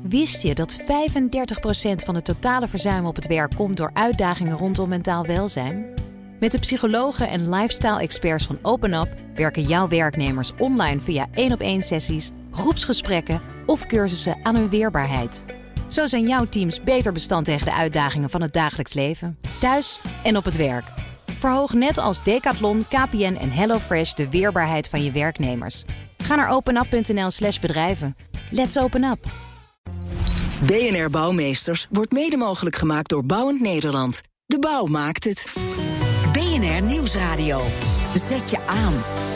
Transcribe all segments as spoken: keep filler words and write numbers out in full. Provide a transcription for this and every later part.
Wist je dat vijfendertig procent van het totale verzuim op het werk komt door uitdagingen rondom mentaal welzijn? Met de psychologen en lifestyle-experts van OpenUp werken jouw werknemers online via één-op-één sessies, groepsgesprekken of cursussen aan hun weerbaarheid. Zo zijn jouw teams beter bestand tegen de uitdagingen van het dagelijks leven, thuis en op het werk. Verhoog net als Decathlon, K P N en HelloFresh de weerbaarheid van je werknemers. Ga naar openup.nl slash bedrijven. Let's open up. B N R Bouwmeesters wordt mede mogelijk gemaakt door Bouwend Nederland. De bouw maakt het. B N R Nieuwsradio. Zet je aan.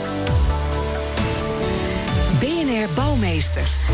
B N R Bouwmeesters.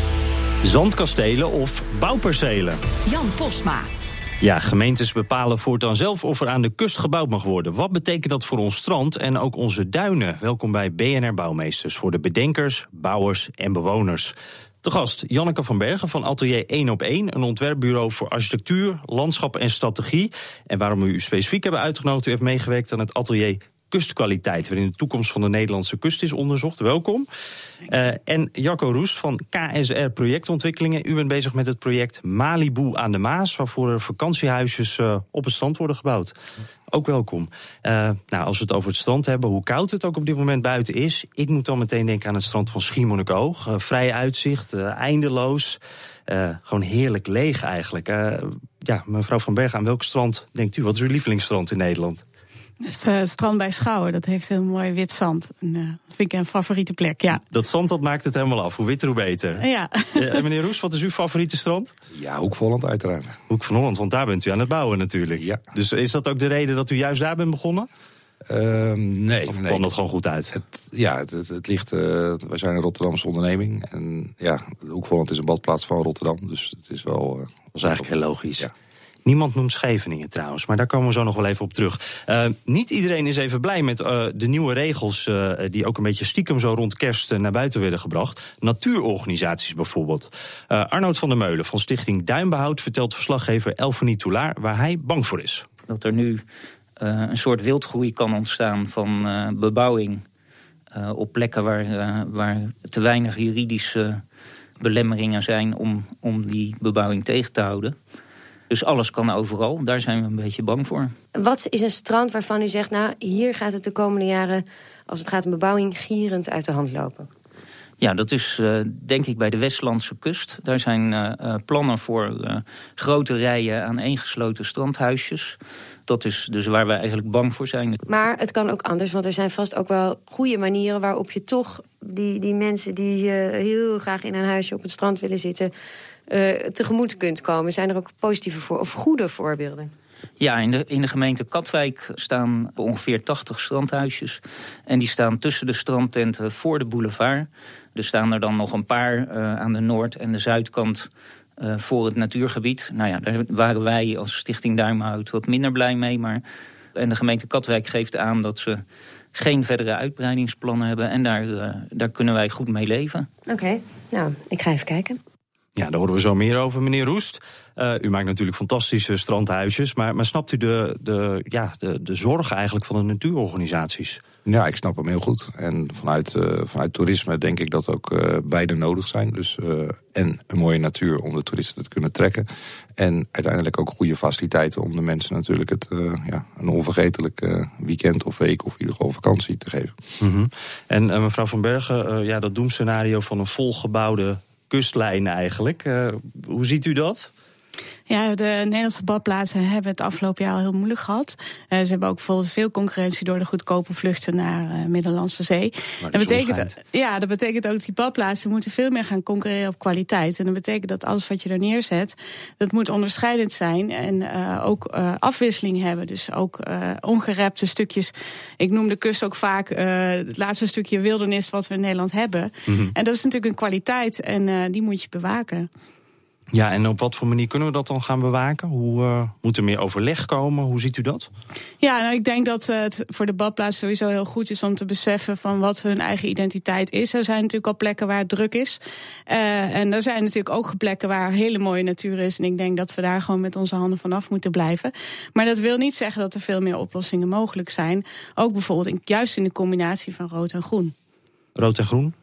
Zandkastelen of bouwpercelen? Jan Posma. Ja, gemeentes bepalen voortaan zelf of er aan de kust gebouwd mag worden. Wat betekent dat voor ons strand en ook onze duinen? Welkom bij B N R Bouwmeesters voor de bedenkers, bouwers en bewoners. Te gast Janneke van Bergen van Atelier één op één, een ontwerpbureau voor architectuur, landschap en strategie. En waarom we u specifiek hebben uitgenodigd, u heeft meegewerkt aan het atelier Kustkwaliteit, waarin de toekomst van de Nederlandse kust is onderzocht. Welkom. Uh, en Jacco Roest van K S R Projectontwikkelingen. U bent bezig met het project Malibu aan de Maas, waarvoor er vakantiehuisjes uh, op het strand worden gebouwd. Ook welkom. Uh, nou, als we het over het strand hebben, hoe koud het ook op dit moment buiten is. Ik moet dan meteen denken aan het strand van Schiermonnikoog. Uh, vrij uitzicht, uh, eindeloos. Uh, gewoon heerlijk leeg eigenlijk. Uh, ja, mevrouw van Bergen, aan welk strand denkt u? Wat is uw lievelingsstrand in Nederland? Het is, uh, het strand bij Schouwen, dat heeft heel mooi wit zand. En, uh, dat vind ik een favoriete plek, ja. Dat zand, dat maakt het helemaal af. Hoe witter, hoe beter. Ja. Uh, meneer Roes, wat is uw favoriete strand? Ja, Hoek van Holland uiteraard. Hoek van Holland, want daar bent u aan het bouwen natuurlijk. Ja. Dus is dat ook de reden dat u juist daar bent begonnen? Uh, nee. Of nee. kwam dat gewoon goed uit? Het, ja, het, het, het ligt... Uh, wij zijn een Rotterdamse onderneming. En ja, Hoek van Holland is een badplaats van Rotterdam. Dus het is wel... Uh, dat is eigenlijk heel logisch. Ja. Niemand noemt Scheveningen trouwens, maar daar komen we zo nog wel even op terug. Uh, niet iedereen is even blij met uh, de nieuwe regels uh, die ook een beetje stiekem zo rond kerst uh, naar buiten werden gebracht. Natuurorganisaties bijvoorbeeld. Uh, Arnoud van der Meulen van Stichting Duinbehoud vertelt verslaggever Elfanie Toulaar waar hij bang voor is. Dat er nu uh, een soort wildgroei kan ontstaan van uh, bebouwing uh, op plekken waar, uh, waar te weinig juridische belemmeringen zijn om, om die bebouwing tegen te houden. Dus alles kan overal, daar zijn we een beetje bang voor. Wat is een strand waarvan u zegt, nou, hier gaat het de komende jaren, als het gaat om bebouwing, gierend uit de hand lopen? Ja, dat is uh, denk ik bij de Westlandse kust. Daar zijn uh, uh, plannen voor uh, grote rijen aaneengesloten strandhuisjes. Dat is dus waar we eigenlijk bang voor zijn. Maar het kan ook anders, want er zijn vast ook wel goede manieren waarop je toch die, die mensen die uh, heel graag in een huisje op het strand willen zitten, Uh, tegemoet kunt komen. Zijn er ook positieve voor, of goede voorbeelden? Ja, in de, in de gemeente Katwijk staan ongeveer tachtig strandhuisjes. En die staan tussen de strandtenten voor de boulevard. Er staan er dan nog een paar uh, aan de noord- en de zuidkant uh, voor het natuurgebied. Nou ja, daar waren wij als Stichting Duinbehoud wat minder blij mee. Maar, en de gemeente Katwijk geeft aan dat ze geen verdere uitbreidingsplannen hebben. En daar, uh, daar kunnen wij goed mee leven. Oké, okay. Nou, ik ga even kijken. Ja, daar horen we zo meer over, meneer Roest. Uh, u maakt natuurlijk fantastische strandhuisjes, maar, maar snapt u de, de, ja, de, de zorgen eigenlijk van de natuurorganisaties? Ja, ik snap hem heel goed. En vanuit, uh, vanuit toerisme denk ik dat ook uh, beide nodig zijn. Dus uh, en een mooie natuur om de toeristen te kunnen trekken. En uiteindelijk ook goede faciliteiten om de mensen natuurlijk het, uh, ja, een onvergetelijk uh, weekend of week of in ieder geval vakantie te geven. Mm-hmm. En uh, mevrouw van Bergen, uh, ja, dat doemscenario van een volgebouwde kustlijn eigenlijk. Uh, hoe ziet u dat? Ja, de Nederlandse badplaatsen hebben het afgelopen jaar al heel moeilijk gehad. Uh, ze hebben ook bijvoorbeeld veel concurrentie door de goedkope vluchten naar uh, Middellandse Zee. Dat betekent, ja, dat betekent ook dat die badplaatsen moeten veel meer gaan concurreren op kwaliteit. En dat betekent dat alles wat je er neerzet, dat moet onderscheidend zijn en uh, ook uh, afwisseling hebben. Dus ook uh, ongerepte stukjes. Ik noem de kust ook vaak uh, het laatste stukje wildernis wat we in Nederland hebben. Mm-hmm. En dat is natuurlijk een kwaliteit en uh, die moet je bewaken. Ja, en op wat voor manier kunnen we dat dan gaan bewaken? Hoe uh, moet er meer overleg komen? Hoe ziet u dat? Ja, nou, ik denk dat uh, het voor de badplaats sowieso heel goed is om te beseffen van wat hun eigen identiteit is. Er zijn natuurlijk al plekken waar het druk is. Uh, en er zijn natuurlijk ook plekken waar hele mooie natuur is. En ik denk dat we daar gewoon met onze handen vanaf moeten blijven. Maar dat wil niet zeggen dat er veel meer oplossingen mogelijk zijn. Ook bijvoorbeeld in, juist in de combinatie van rood en groen. Rood en groen?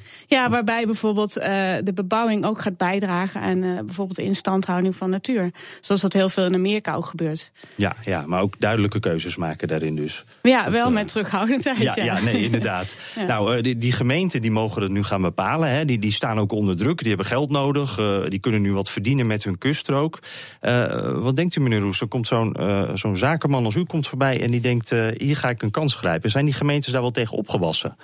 Ja, waarbij bijvoorbeeld uh, de bebouwing ook gaat bijdragen aan uh, bijvoorbeeld de instandhouding van natuur. Zoals dat heel veel in Amerika ook gebeurt. Ja, ja, maar ook duidelijke keuzes maken daarin dus. Ja, dat, wel uh, met terughoudendheid. Ja, ja. ja nee, inderdaad. ja. Nou, uh, die, die gemeenten die mogen het nu gaan bepalen. Hè. Die, die staan ook onder druk, die hebben geld nodig. Uh, die kunnen nu wat verdienen met hun kuststrook. Uh, wat denkt u, meneer Roest? Er komt zo'n, uh, zo'n zakenman als u komt voorbij en die denkt, uh, hier ga ik een kans grijpen. Zijn die gemeentes daar wel tegen opgewassen?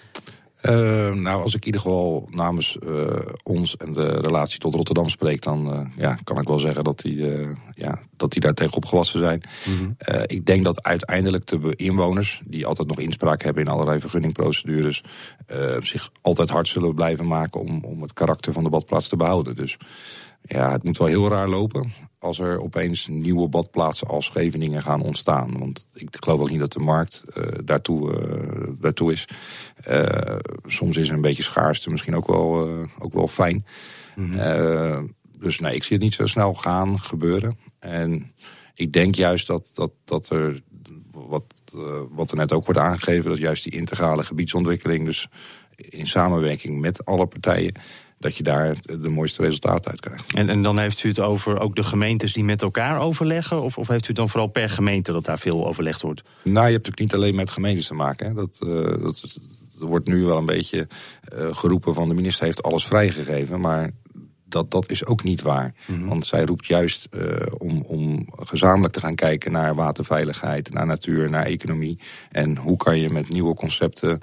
Uh, nou, als ik in ieder geval namens uh, ons en de relatie tot Rotterdam spreek, dan uh, ja, kan ik wel zeggen dat die, uh, ja, dat die daar tegen opgewassen zijn. Mm-hmm. Uh, ik denk dat uiteindelijk de inwoners, die altijd nog inspraak hebben in allerlei vergunningprocedures, uh, zich altijd hard zullen blijven maken om, om het karakter van de badplaats te behouden. Dus ja, het moet wel heel raar lopen als er opeens nieuwe badplaatsen als Scheveningen gaan ontstaan. Want ik geloof ook niet dat de markt uh, daartoe, uh, daartoe is. Uh, soms is er een beetje schaarste misschien ook wel, uh, ook wel fijn. Mm-hmm. Uh, dus nee, ik zie het niet zo snel gaan gebeuren. En ik denk juist dat, dat, dat er, wat, uh, wat er net ook wordt aangegeven, dat juist die integrale gebiedsontwikkeling, dus in samenwerking met alle partijen, dat je daar de mooiste resultaten uit krijgt. En, en dan heeft u het over ook de gemeentes die met elkaar overleggen? Of, of heeft u het dan vooral per gemeente dat daar veel overlegd wordt? Nou, je hebt natuurlijk niet alleen met gemeentes te maken. Hè. Dat, uh, dat, is, dat wordt nu wel een beetje uh, geroepen van de minister heeft alles vrijgegeven. Maar dat, dat is ook niet waar. Mm-hmm. Want zij roept juist uh, om, om gezamenlijk te gaan kijken naar waterveiligheid, naar natuur, naar economie. En hoe kan je met nieuwe concepten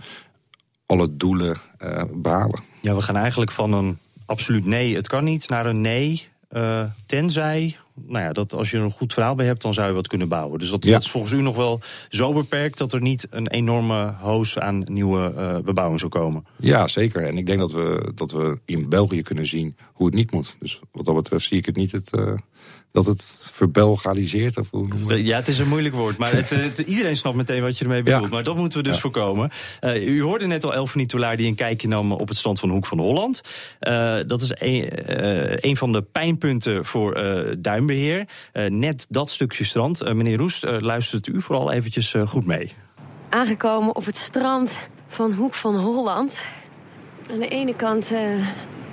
alle doelen uh, behalen. Ja, we gaan eigenlijk van een absoluut nee, het kan niet, naar een nee, uh, tenzij, nou ja, dat als je er een goed verhaal bij hebt, dan zou je wat kunnen bouwen. Dus dat, ja. dat is volgens u nog wel zo beperkt dat er niet een enorme hoos aan nieuwe uh, bebouwing zou komen? Ja, zeker. En ik denk dat we, dat we in België kunnen zien hoe het niet moet. Dus wat dat betreft zie ik het niet het, uh, dat het verbelgaliseert. Of hoe noemen we? Ja, het is een moeilijk woord, maar het, het, iedereen snapt meteen wat je ermee bedoelt. Ja. Maar dat moeten we dus ja. voorkomen. Uh, u hoorde net al Elfanie Toulaar die een kijkje nam op het strand van de Hoek van Holland. Uh, dat is een, uh, een van de pijnpunten voor uh, duinbeheer. Uh, net dat stukje strand. Uh, meneer Roest, uh, luistert u vooral eventjes uh, goed mee. Aangekomen op het strand van Hoek van Holland. Aan de ene kant Uh...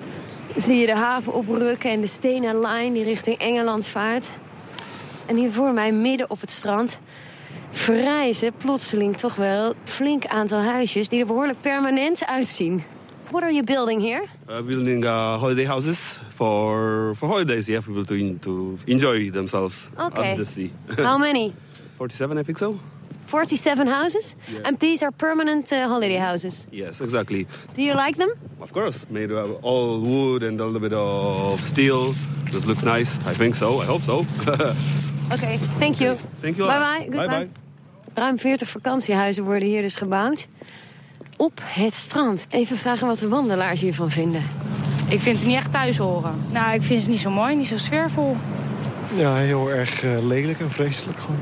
zie je de haven oprukken en de stenen lijn die richting Engeland vaart. En hier voor mij, midden op het strand, verrijzen plotseling toch wel een flink aantal huisjes die er behoorlijk permanent uitzien. What are you building here? Uh, building uh, holiday houses for for holidays. You have people to in, to enjoy themselves okay. at the sea. How many? forty-seven, I think so. forty-seven houses? Yeah. And these are permanent uh, holiday houses? Yes, exactly. Do you like them? Of course. Made of all wood and a little bit of steel. This looks nice. I think so. I hope so. Okay, thank you. Thank you. Bye bye. Bye bye. Ruim veertig vakantiehuizen worden hier dus gebouwd. Op het strand. Even vragen wat de wandelaars hiervan vinden. Ik vind het niet echt thuis horen. Nou, ik vind het niet zo mooi, niet zo sfeervol. Ja, heel erg uh, lelijk en vreselijk gewoon.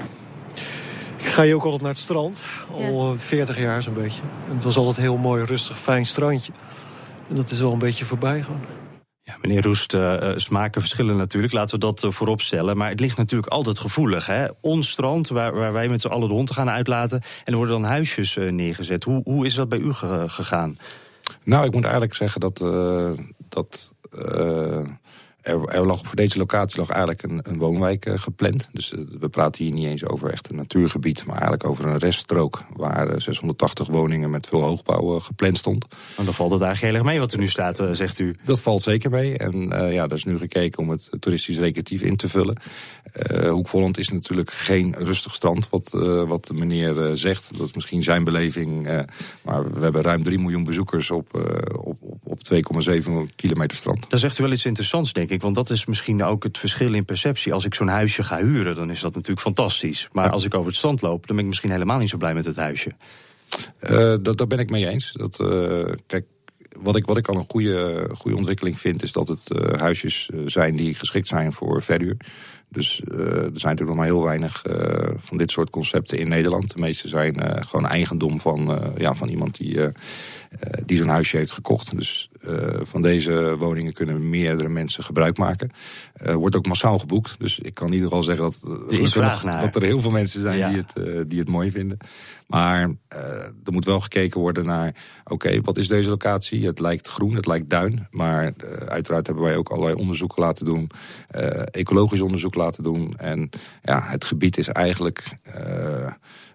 Ik ga hier ook altijd naar het strand, al ja. veertig jaar zo'n beetje. En het was altijd een heel mooi, rustig, fijn strandje. En dat is wel een beetje voorbij gewoon. Ja, meneer Roest, uh, smaken verschillen natuurlijk, laten we dat uh, voorop stellen. Maar het ligt natuurlijk altijd gevoelig, hè? Ons strand, waar, waar wij met z'n allen de hond gaan uitlaten. En er worden dan huisjes uh, neergezet. Hoe, hoe is dat bij u ge- gegaan? Nou, ik moet eigenlijk zeggen dat... Uh, dat uh, Er, er lag voor deze locatie lag eigenlijk een, een woonwijk uh, gepland. Dus uh, we praten hier niet eens over echt een natuurgebied, maar eigenlijk over een reststrook waar uh, zeshonderdtachtig woningen met veel hoogbouw uh, gepland stond. En dan valt het eigenlijk heel erg mee wat er nu staat, uh, zegt u. Dat valt zeker mee. En uh, ja, er is nu gekeken om het toeristisch recreatief in te vullen. Uh, Hoek van Holland is natuurlijk geen rustig strand, wat, uh, wat de meneer uh, zegt. Dat is misschien zijn beleving. Uh, maar we hebben ruim drie miljoen bezoekers op, uh, op, op, op twee komma zeven kilometer strand. Dan zegt u wel iets interessants, denk ik. Want dat is misschien ook het verschil in perceptie. Als ik zo'n huisje ga huren, dan is dat natuurlijk fantastisch. Maar ja. als ik over het strand loop, dan ben ik misschien helemaal niet zo blij met het huisje. Uh, dat, daar ben ik mee eens. Dat, uh, kijk, wat ik, wat ik al een goede, goede ontwikkeling vind, is dat het uh, huisjes zijn die geschikt zijn voor verhuur. Dus uh, er zijn natuurlijk nog maar heel weinig uh, van dit soort concepten in Nederland. De meeste zijn uh, gewoon eigendom van, uh, ja, van iemand die, uh, uh, die zo'n huisje heeft gekocht. Dus uh, van deze woningen kunnen meerdere mensen gebruik maken. Uh, wordt ook massaal geboekt. Dus ik kan in ieder geval zeggen dat, er, is vraag nog, naar. dat er heel veel mensen zijn ja. die, het, uh, die het mooi vinden. Maar uh, er moet wel gekeken worden naar, oké, okay, wat is deze locatie? Het lijkt groen, het lijkt duin. Maar uh, uiteraard hebben wij ook allerlei onderzoeken laten doen. Uh, ecologisch onderzoek laten doen. En ja, het gebied is eigenlijk uh,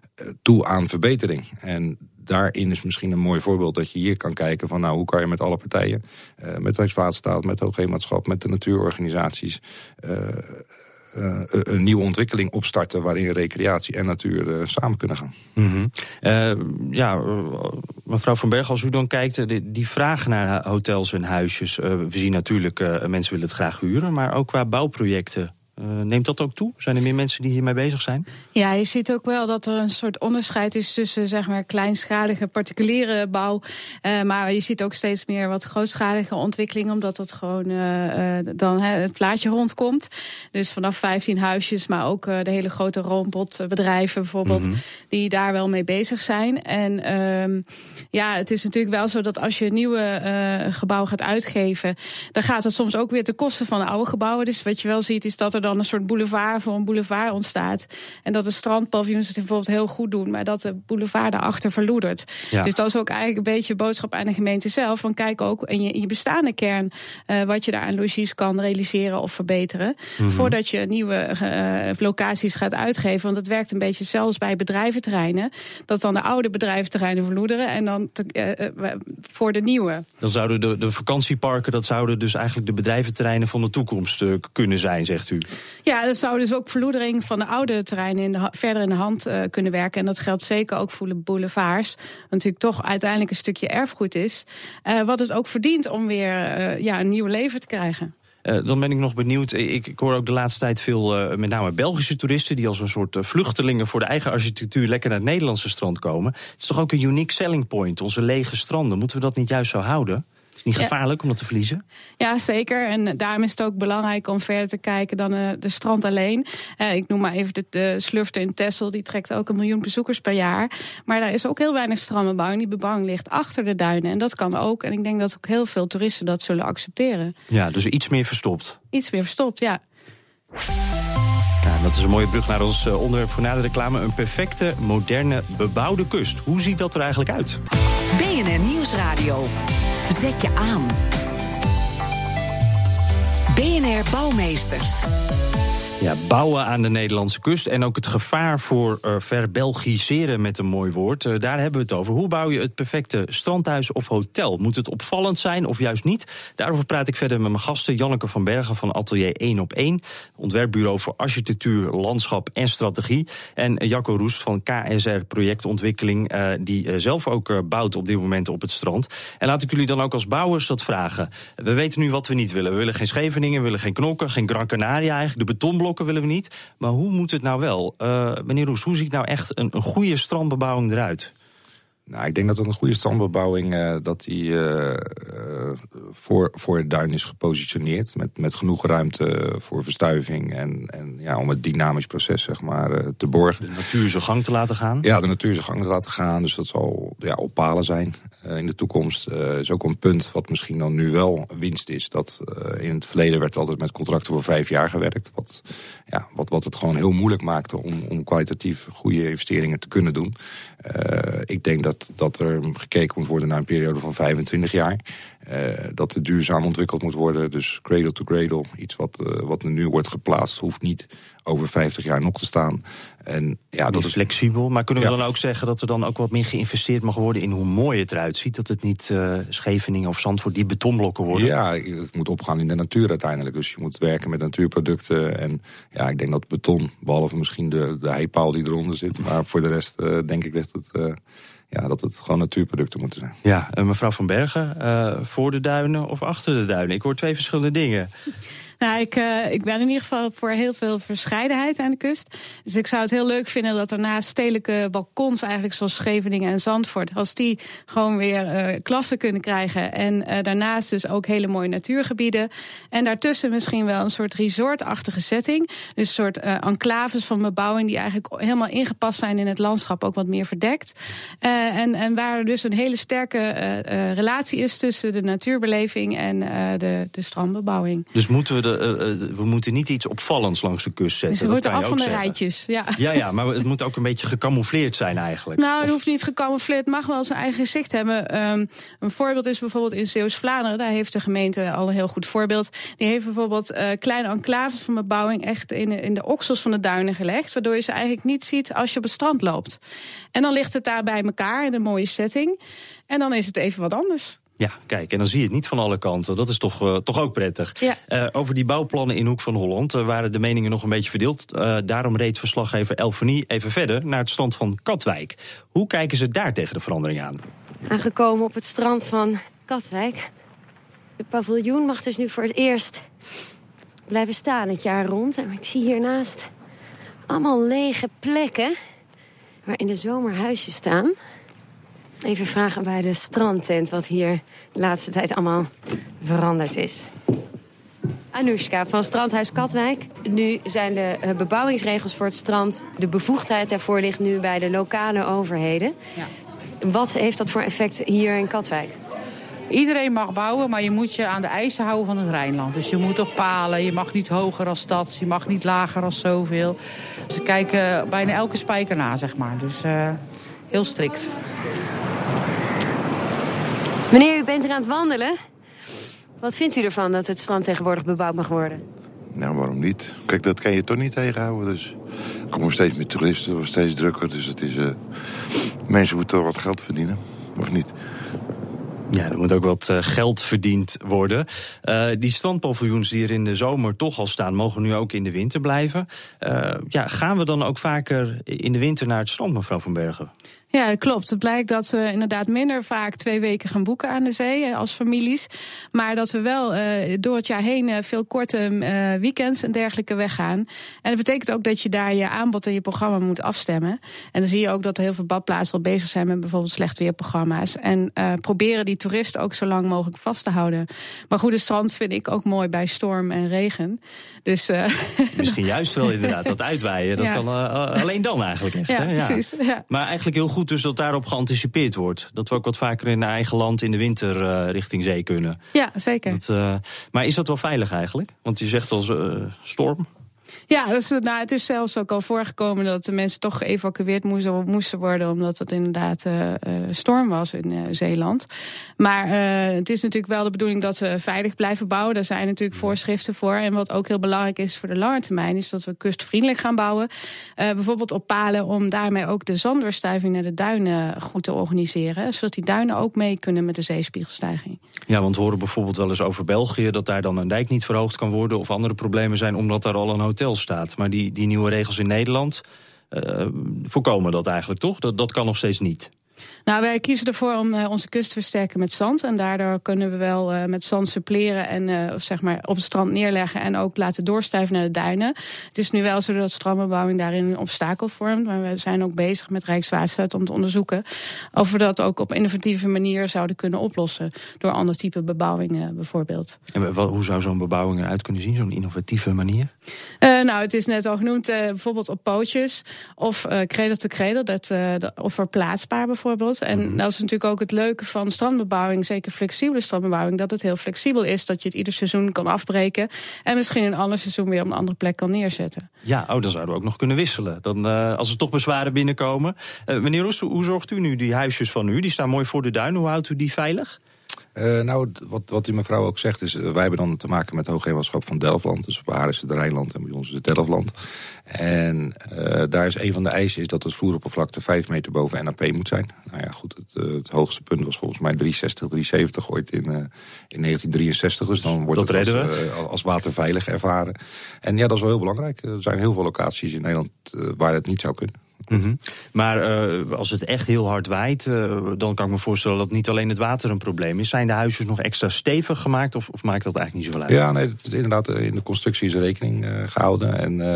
toe aan verbetering. En daarin is misschien een mooi voorbeeld dat je hier kan kijken van, nou, hoe kan je met alle partijen, uh, met Rijkswaterstaat, met Hoogheemraadschap, met de natuurorganisaties, uh, Uh, een nieuwe ontwikkeling opstarten waarin recreatie en natuur uh, samen kunnen gaan. Mm-hmm. Uh, ja, uh, mevrouw Van Bergen, als u dan kijkt, die, die vraag naar hotels en huisjes, uh, we zien natuurlijk, uh, mensen willen het graag huren, maar ook qua bouwprojecten. Uh, neemt dat ook toe? Zijn er meer mensen die hiermee bezig zijn? Ja, je ziet ook wel dat er een soort onderscheid is tussen, zeg maar, kleinschalige particuliere bouw. Uh, maar je ziet ook steeds meer wat grootschalige ontwikkelingen, omdat dat gewoon uh, uh, dan he, het plaatje rondkomt. Dus vanaf vijftien huisjes, maar ook uh, de hele grote roompotbedrijven bijvoorbeeld, mm-hmm. die daar wel mee bezig zijn. En um, ja, het is natuurlijk wel zo dat als je een nieuwe uh, gebouw gaat uitgeven, dan gaat het soms ook weer ten koste van de oude gebouwen. Dus wat je wel ziet is dat er dan een soort boulevard voor een boulevard ontstaat. En dat de strandpaviljoens het bijvoorbeeld heel goed doen, maar dat de boulevard daarachter verloedert. Ja. Dus dat is ook eigenlijk een beetje boodschap aan de gemeente zelf. Van kijk ook in je, in je bestaande kern uh, wat je daar aan logies kan realiseren of verbeteren. Mm-hmm. Voordat je nieuwe uh, locaties gaat uitgeven. Want het werkt een beetje zelfs bij bedrijventerreinen. Dat dan de oude bedrijventerreinen verloederen en dan te, uh, uh, voor de nieuwe. Dan zouden de, de vakantieparken, dat zouden dus eigenlijk de bedrijventerreinen van de toekomst uh, kunnen zijn, zegt u. Ja, dat zou dus ook verloedering van de oude terreinen in de, verder in de hand uh, kunnen werken. En dat geldt zeker ook voor de boulevards. Wat natuurlijk toch uiteindelijk een stukje erfgoed is. Uh, wat het ook verdient om weer uh, ja, een nieuw leven te krijgen. Uh, dan ben ik nog benieuwd. Ik, ik hoor ook de laatste tijd veel, uh, met name Belgische toeristen, die als een soort uh, vluchtelingen voor de eigen architectuur lekker naar het Nederlandse strand komen. Het is toch ook een unique selling point, onze lege stranden. Moeten we dat niet juist zo houden? Niet gevaarlijk ja. om dat te verliezen? Ja, zeker. En daarom is het ook belangrijk om verder te kijken dan uh, de strand alleen. Uh, ik noem maar even de, de Slufter in Texel. Die trekt ook een miljoen bezoekers per jaar. Maar daar is ook heel weinig strandbebouwing. Die bebouwing ligt achter de duinen. En dat kan ook. En ik denk dat ook heel veel toeristen dat zullen accepteren. Ja, dus iets meer verstopt. Iets meer verstopt, ja. Nou, dat is een mooie brug naar ons onderwerp voor na de reclame. Een perfecte, moderne, bebouwde kust. Hoe ziet dat er eigenlijk uit? B N R Nieuwsradio. Zet je aan. B N R Bouwmeesters. Ja, bouwen aan de Nederlandse kust en ook het gevaar voor uh, verbelgiseren met een mooi woord. Uh, daar hebben we het over. Hoe bouw je het perfecte strandhuis of hotel? Moet het opvallend zijn of juist niet? Daarover praat ik verder met mijn gasten Janneke van Bergen van Atelier één op één. Ontwerpbureau voor architectuur, landschap en strategie. En uh, Jacco Roest van K S R Projectontwikkeling, uh, die uh, zelf ook uh, bouwt op dit moment op het strand. En laat ik jullie dan ook als bouwers dat vragen. We weten nu wat we niet willen. We willen geen Scheveningen, we willen geen Knokken, geen Gran Canaria eigenlijk. De betonblokken willen we niet. Maar hoe moet het nou wel? Uh, meneer Roes, hoe ziet nou echt een, een goede strandbebouwing eruit? Nou, ik denk dat een goede strandbebouwing uh, dat die uh, uh, voor, voor het duin is gepositioneerd. Met, met genoeg ruimte voor verstuiving en, en ja, om het dynamisch proces zeg maar, uh, te borgen. De natuur zijn gang te laten gaan? Ja, de natuur zijn gang te laten gaan. Dus dat zal ja, op palen zijn uh, in de toekomst. Uh, is ook een punt wat misschien dan nu wel winst is. Dat uh, in het verleden werd altijd met contracten voor vijf jaar gewerkt. Wat, ja, wat, wat het gewoon heel moeilijk maakte om, om kwalitatief goede investeringen te kunnen doen. Uh, ik denk dat, dat er gekeken moet worden naar een periode van vijfentwintig jaar. Uh, dat het duurzaam ontwikkeld moet worden. Dus cradle to cradle. Iets wat, uh, wat er nu wordt geplaatst hoeft niet over vijftig jaar nog te staan. En, ja, dat is flexibel. Maar kunnen we ja. dan ook zeggen dat er dan ook wat meer geïnvesteerd mag worden in hoe mooi het eruit ziet? Dat het niet uh, Scheveningen of Zandvoort die betonblokken worden? Ja, het moet opgaan in de natuur uiteindelijk. Dus je moet werken met natuurproducten. En ja, ik denk dat beton, behalve misschien de, de heipaal die eronder zit. Maar voor de rest uh, denk ik dat het... Uh, Ja, dat het gewoon natuurproducten moeten zijn. Ja, uh, mevrouw Van Bergen, uh, voor de duinen of achter de duinen? Ik hoor twee verschillende dingen. Nou, ik, uh, ik ben in ieder geval voor heel veel verscheidenheid aan de kust. Dus ik zou het heel leuk vinden dat er naast stedelijke balkons, eigenlijk zoals Scheveningen en Zandvoort, als die gewoon weer uh, klassen kunnen krijgen. En uh, daarnaast dus ook hele mooie natuurgebieden. En daartussen misschien wel een soort resortachtige setting. Dus een soort uh, enclaves van bebouwing die eigenlijk helemaal ingepast zijn in het landschap, ook wat meer verdekt. Uh, en, en waar er dus een hele sterke uh, uh, relatie is tussen de natuurbeleving en uh, de, de strandbebouwing. Dus moeten we de Uh, uh, we moeten niet iets opvallends langs de kust zetten. Dus we moeten af van de zeggen. rijtjes. Ja. ja, ja, maar het moet ook een beetje gecamoufleerd zijn eigenlijk. Nou, het of... hoeft niet gecamoufleerd. Het mag wel zijn eigen gezicht hebben. Um, een voorbeeld is bijvoorbeeld in Zeeuws-Vlaanderen. Daar heeft de gemeente al een heel goed voorbeeld. Die heeft bijvoorbeeld uh, kleine enclaves van bebouwing echt in de, in de oksels van de duinen gelegd. Waardoor je ze eigenlijk niet ziet als je op het strand loopt. En dan ligt het daar bij elkaar in een mooie setting. En dan is het even wat anders. Ja, kijk, en dan zie je het niet van alle kanten. Dat is toch, uh, toch ook prettig. Ja. Uh, over die bouwplannen in Hoek van Holland uh, waren de meningen nog een beetje verdeeld. Uh, daarom reed verslaggever Elfanie even verder naar het strand van Katwijk. Hoe kijken ze daar tegen de verandering aan? Aangekomen op het strand van Katwijk. Het paviljoen mag dus nu voor het eerst blijven staan het jaar rond. En ik zie hiernaast allemaal lege plekken waar in de zomer huisjes staan. Even vragen bij de strandtent wat hier de laatste tijd allemaal veranderd is. Anoushka van Strandhuis Katwijk. Nu zijn de bebouwingsregels voor het strand, de bevoegdheid daarvoor ligt nu bij de lokale overheden. Ja. Wat heeft dat voor effect hier in Katwijk? Iedereen mag bouwen, maar je moet je aan de eisen houden van het Rijnland. Dus je moet op palen, je mag niet hoger als stads, je mag niet lager als zoveel. Ze kijken bijna elke spijker na, zeg maar. Dus uh, heel strikt. Meneer, u bent er aan het wandelen. Wat vindt u ervan dat het strand tegenwoordig bebouwd mag worden? Nou, waarom niet? Kijk, dat kan je toch niet tegenhouden. Dus er komen steeds meer toeristen, het wordt steeds drukker. Dus het is, uh, mensen moeten toch wat geld verdienen, of niet? Ja, er moet ook wat uh, geld verdiend worden. Uh, die strandpaviljoens die er in de zomer toch al staan, mogen nu ook in de winter blijven. Uh, ja, gaan we dan ook vaker in de winter naar het strand, mevrouw Van Bergen? Ja, klopt. Het blijkt dat we inderdaad minder vaak twee weken gaan boeken aan de zee als families. Maar dat we wel uh, door het jaar heen uh, veel korte uh, weekends en dergelijke weggaan. En dat betekent ook dat je daar je aanbod en je programma moet afstemmen. En dan zie je ook dat er heel veel badplaatsen al bezig zijn met bijvoorbeeld slecht weerprogramma's. En uh, proberen die toeristen ook zo lang mogelijk vast te houden. Maar goed, het strand vind ik ook mooi bij storm en regen. Dus, uh, Misschien juist wel inderdaad, dat uitwaaien. Dat ja. kan uh, alleen dan eigenlijk echt. Ja, hè? precies. Ja. Ja. Maar eigenlijk heel goed dus dat daarop geanticipeerd wordt. Dat we ook wat vaker in eigen land in de winter uh, richting zee kunnen. Ja, zeker. Dat, uh, maar is dat wel veilig eigenlijk? Want je zegt als uh, storm. Ja, dus, nou, het is zelfs ook al voorgekomen dat de mensen toch geëvacueerd moesten, moesten worden, omdat het inderdaad uh, storm was in uh, Zeeland. Maar uh, het is natuurlijk wel de bedoeling dat we veilig blijven bouwen. Daar zijn natuurlijk voorschriften voor. En wat ook heel belangrijk is voor de lange termijn, is dat we kustvriendelijk gaan bouwen. Uh, bijvoorbeeld op palen, om daarmee ook de zanddoorstuiving naar de duinen goed te organiseren. Zodat die duinen ook mee kunnen met de zeespiegelstijging. Ja, want we horen bijvoorbeeld wel eens over België dat daar dan een dijk niet verhoogd kan worden of andere problemen zijn omdat daar al een hotel staat. Maar die, die nieuwe regels in Nederland uh, voorkomen dat eigenlijk, toch? Dat, dat kan nog steeds niet. Nou, wij kiezen ervoor om uh, onze kust te versterken met zand. En daardoor kunnen we wel uh, met zand suppleren en uh, zeg maar op het strand neerleggen en ook laten doorstuiven naar de duinen. Het is nu wel zo dat strandbebouwing daarin een obstakel vormt. Maar we zijn ook bezig met Rijkswaterstaat om te onderzoeken of we dat ook op innovatieve manier zouden kunnen oplossen. Door ander type bebouwingen bijvoorbeeld. En hoe zou zo'n bebouwing eruit kunnen zien, zo'n innovatieve manier? Uh, nou, het is net al genoemd, uh, bijvoorbeeld op pootjes of uh, cradle to cradle, dat, uh, of verplaatsbaar bijvoorbeeld. En mm-hmm. dat is natuurlijk ook het leuke van strandbebouwing, zeker flexibele strandbebouwing, dat het heel flexibel is, dat je het ieder seizoen kan afbreken en misschien een ander seizoen weer op een andere plek kan neerzetten. Ja, oh, dan zouden we ook nog kunnen wisselen. Dan, uh, als er toch bezwaren binnenkomen. Uh, meneer Roes, hoe zorgt u nu die huisjes van u? Die staan mooi voor de duin. Hoe houdt u die veilig? Uh, nou, wat, wat die mevrouw ook zegt is, uh, wij hebben dan te maken met het Hoogheemraadschap van Delftland. Dus bij haar is het Rijnland en bij ons is het Delftland. En uh, daar is een van de eisen is dat het vloeroppervlakte vijf meter boven N A P moet zijn. Nou ja, goed, het, uh, het hoogste punt was volgens mij driehonderdzestig, driehonderdzeventig ooit in, uh, in negentien drieënzestig. Dus dan wordt dat het als, uh, als waterveilig ervaren. En ja, dat is wel heel belangrijk. Er zijn heel veel locaties in Nederland uh, waar het niet zou kunnen. Mm-hmm. Maar uh, als het echt heel hard waait, uh, dan kan ik me voorstellen dat niet alleen het water een probleem is. Zijn de huisjes nog extra stevig gemaakt of, of maakt dat eigenlijk niet zoveel uit? Ja, nee, het, inderdaad, in de constructie is rekening uh, gehouden. En uh,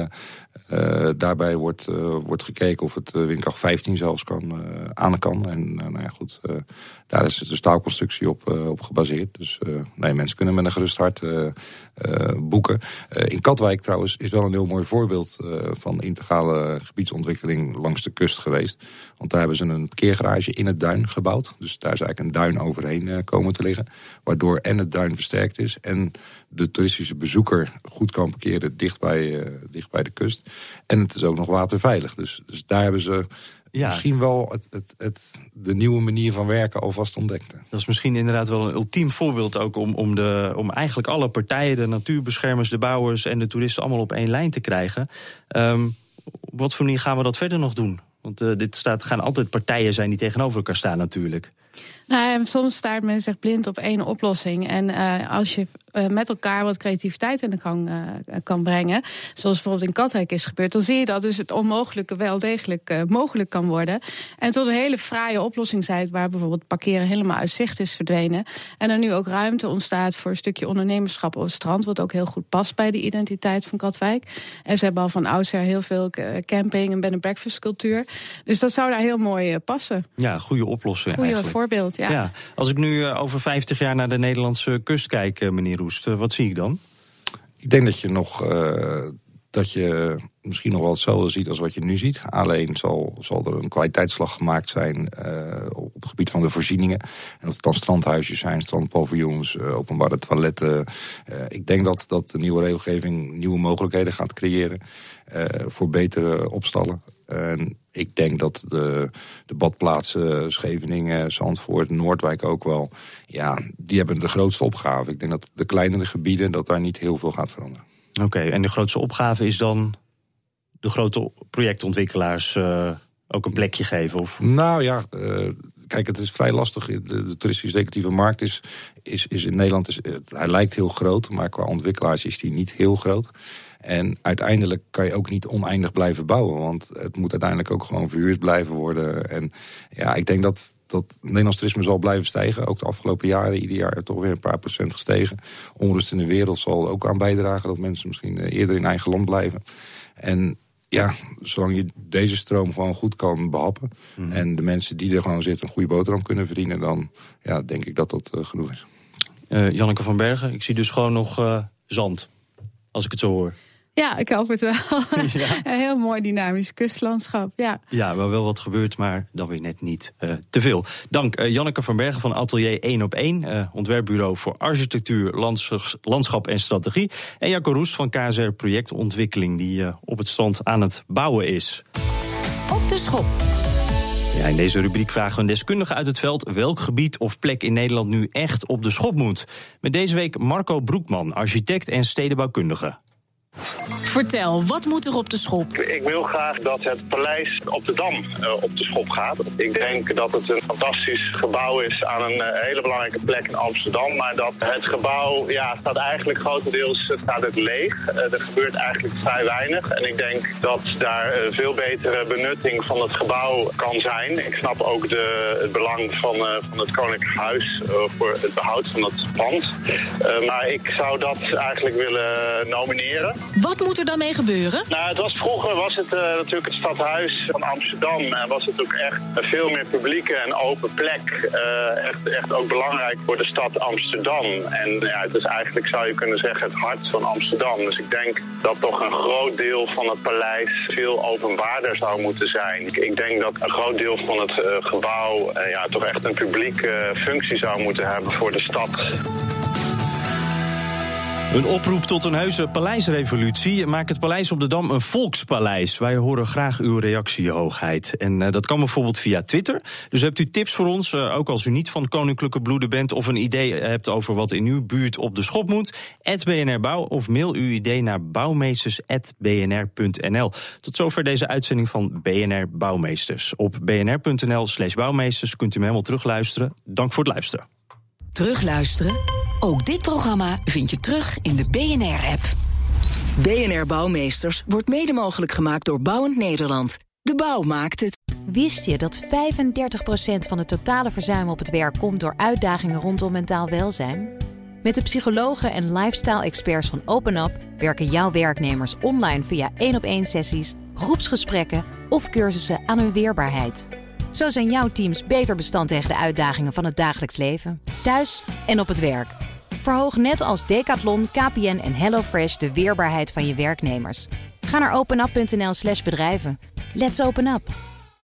uh, daarbij wordt, uh, wordt gekeken of het uh, windkracht vijftien zelfs kan, uh, aan kan. En uh, nou ja, goed, uh, daar is de staalconstructie op, uh, op gebaseerd. Dus uh, nee, mensen kunnen met een gerust hart uh, uh, boeken. Uh, in Katwijk trouwens is wel een heel mooi voorbeeld uh, van integrale gebiedsontwikkeling langs de kust geweest. Want daar hebben ze een parkeergarage in het duin gebouwd. Dus daar is eigenlijk een duin overheen uh, komen te liggen. Waardoor en het duin versterkt is en de toeristische bezoeker goed kan parkeren dicht bij, uh, dicht bij de kust. En het is ook nog waterveilig. Dus, dus daar hebben ze ja. misschien wel het, het, het, de nieuwe manier van werken alvast ontdekt. Dat is misschien inderdaad wel een ultiem voorbeeld ook om, om, de, om eigenlijk alle partijen, de natuurbeschermers, de bouwers en de toeristen allemaal op één lijn te krijgen. Um, op wat voor manier gaan we dat verder nog doen? Want uh, dit staat, gaan altijd partijen zijn die tegenover elkaar staan natuurlijk. Nou, soms staart men zich blind op één oplossing. En uh, als je uh, met elkaar wat creativiteit in de gang uh, kan brengen, zoals bijvoorbeeld in Katwijk is gebeurd, dan zie je dat dus het onmogelijke wel degelijk uh, mogelijk kan worden. En tot een hele fraaie oplossing zijn, waar bijvoorbeeld parkeren helemaal uit zicht is verdwenen. En er nu ook ruimte ontstaat voor een stukje ondernemerschap op het strand, wat ook heel goed past bij de identiteit van Katwijk. En ze hebben al van oudsher heel veel camping en bed and breakfast cultuur. Dus dat zou daar heel mooi uh, passen. Ja, goede oplossing Goeie eigenlijk. voorbeeld. Ja. Ja, als ik nu uh, over vijftig jaar naar de Nederlandse kust kijk, uh, meneer Roest, uh, wat zie ik dan? Ik denk dat je nog uh, dat je misschien nog wel hetzelfde ziet als wat je nu ziet. Alleen zal, zal er een kwaliteitsslag gemaakt zijn uh, op het gebied van de voorzieningen. En of het dan strandhuisjes zijn, strandpaviljoens, uh, openbare toiletten. Uh, ik denk dat, dat de nieuwe regelgeving nieuwe mogelijkheden gaat creëren uh, voor betere opstallen. En ik denk dat de, de badplaatsen Scheveningen, Zandvoort, Noordwijk ook wel, ja, die hebben de grootste opgave. Ik denk dat de kleinere gebieden, dat daar niet heel veel gaat veranderen. Oké, okay, en de grootste opgave is dan de grote projectontwikkelaars uh, ook een plekje geven? Of? Nou ja, uh, kijk, het is vrij lastig. De, de toeristisch-recreatieve markt is, is, is in Nederland, is, hij lijkt heel groot, maar qua ontwikkelaars is die niet heel groot. En uiteindelijk kan je ook niet oneindig blijven bouwen, want het moet uiteindelijk ook gewoon verhuurd blijven worden. En ja, ik denk dat, dat Nederlands toerisme zal blijven stijgen. Ook de afgelopen jaren, ieder jaar toch weer een paar procent gestegen. Onrust in de wereld zal ook aan bijdragen dat mensen misschien eerder in eigen land blijven. En ja, zolang je deze stroom gewoon goed kan behappen, mm. en de mensen die er gewoon zitten een goede boterham kunnen verdienen, dan ja, denk ik dat dat uh, genoeg is. Uh, Janneke van Bergen, ik zie dus gewoon nog uh, zand, als ik het zo hoor. Ja, ik hoop het wel. Ja. Een heel mooi dynamisch kustlandschap, ja. Ja, waar wel wat gebeurt, maar dan weer net niet uh, te veel. Dank uh, Janneke van Bergen van Atelier één op één, uh, ontwerpbureau voor architectuur, lands- landschap en strategie. En Jacco Roest van K S R Projectontwikkeling, die uh, op het strand aan het bouwen is. Op de schop. Ja, in deze rubriek vragen we een deskundige uit het veld welk gebied of plek in Nederland nu echt op de schop moet. Met deze week Marco Broekman, architect en stedenbouwkundige. Vertel, wat moet er op de schop? Ik wil graag dat het paleis op de Dam uh, op de schop gaat. Ik denk dat het een fantastisch gebouw is aan een uh, hele belangrijke plek in Amsterdam. Maar dat het gebouw, ja, staat eigenlijk grotendeels staat het leeg. Uh, er gebeurt eigenlijk vrij weinig. En ik denk dat daar uh, veel betere benutting van het gebouw kan zijn. Ik snap ook de, het belang van, uh, van het Koninklijk Huis uh, voor het behoud van het pand. Uh, maar ik zou dat eigenlijk willen nomineren. Wat moet er dan mee gebeuren? Nou, het was, vroeger was het uh, natuurlijk het stadhuis van Amsterdam. En was het ook echt een veel meer publieke en open plek. Uh, echt, echt ook belangrijk voor de stad Amsterdam. En ja, het is eigenlijk, zou je kunnen zeggen, het hart van Amsterdam. Dus ik denk dat toch een groot deel van het paleis veel openbaarder zou moeten zijn. Ik, ik denk dat een groot deel van het uh, gebouw uh, ja, toch echt een publieke uh, functie zou moeten hebben voor de stad. Een oproep tot een heuse paleisrevolutie. Maak het Paleis op de Dam een volkspaleis. Wij horen graag uw reactie, hoogheid. En uh, dat kan bijvoorbeeld via Twitter. Dus hebt u tips voor ons, uh, ook als u niet van koninklijke bloeden bent, of een idee hebt over wat in uw buurt op de schop moet, at B N R Bouw, of mail uw idee naar bouwmeesters at b n r punt n l. Tot zover deze uitzending van B N R Bouwmeesters. Op bnr.nl slash bouwmeesters kunt u me helemaal terugluisteren. Dank voor het luisteren. Terugluisteren? Ook dit programma vind je terug in de B N R-app. B N R Bouwmeesters wordt mede mogelijk gemaakt door Bouwend Nederland. De bouw maakt het. Wist je dat vijfendertig procent van het totale verzuim op het werk komt door uitdagingen rondom mentaal welzijn? Met de psychologen en lifestyle-experts van OpenUp werken jouw werknemers online via één-op-één sessies, groepsgesprekken of cursussen aan hun weerbaarheid. Zo zijn jouw teams beter bestand tegen de uitdagingen van het dagelijks leven, thuis en op het werk. Verhoog net als Decathlon, K P N en HelloFresh de weerbaarheid van je werknemers. Ga naar openup punt n l slash bedrijven. Let's open up!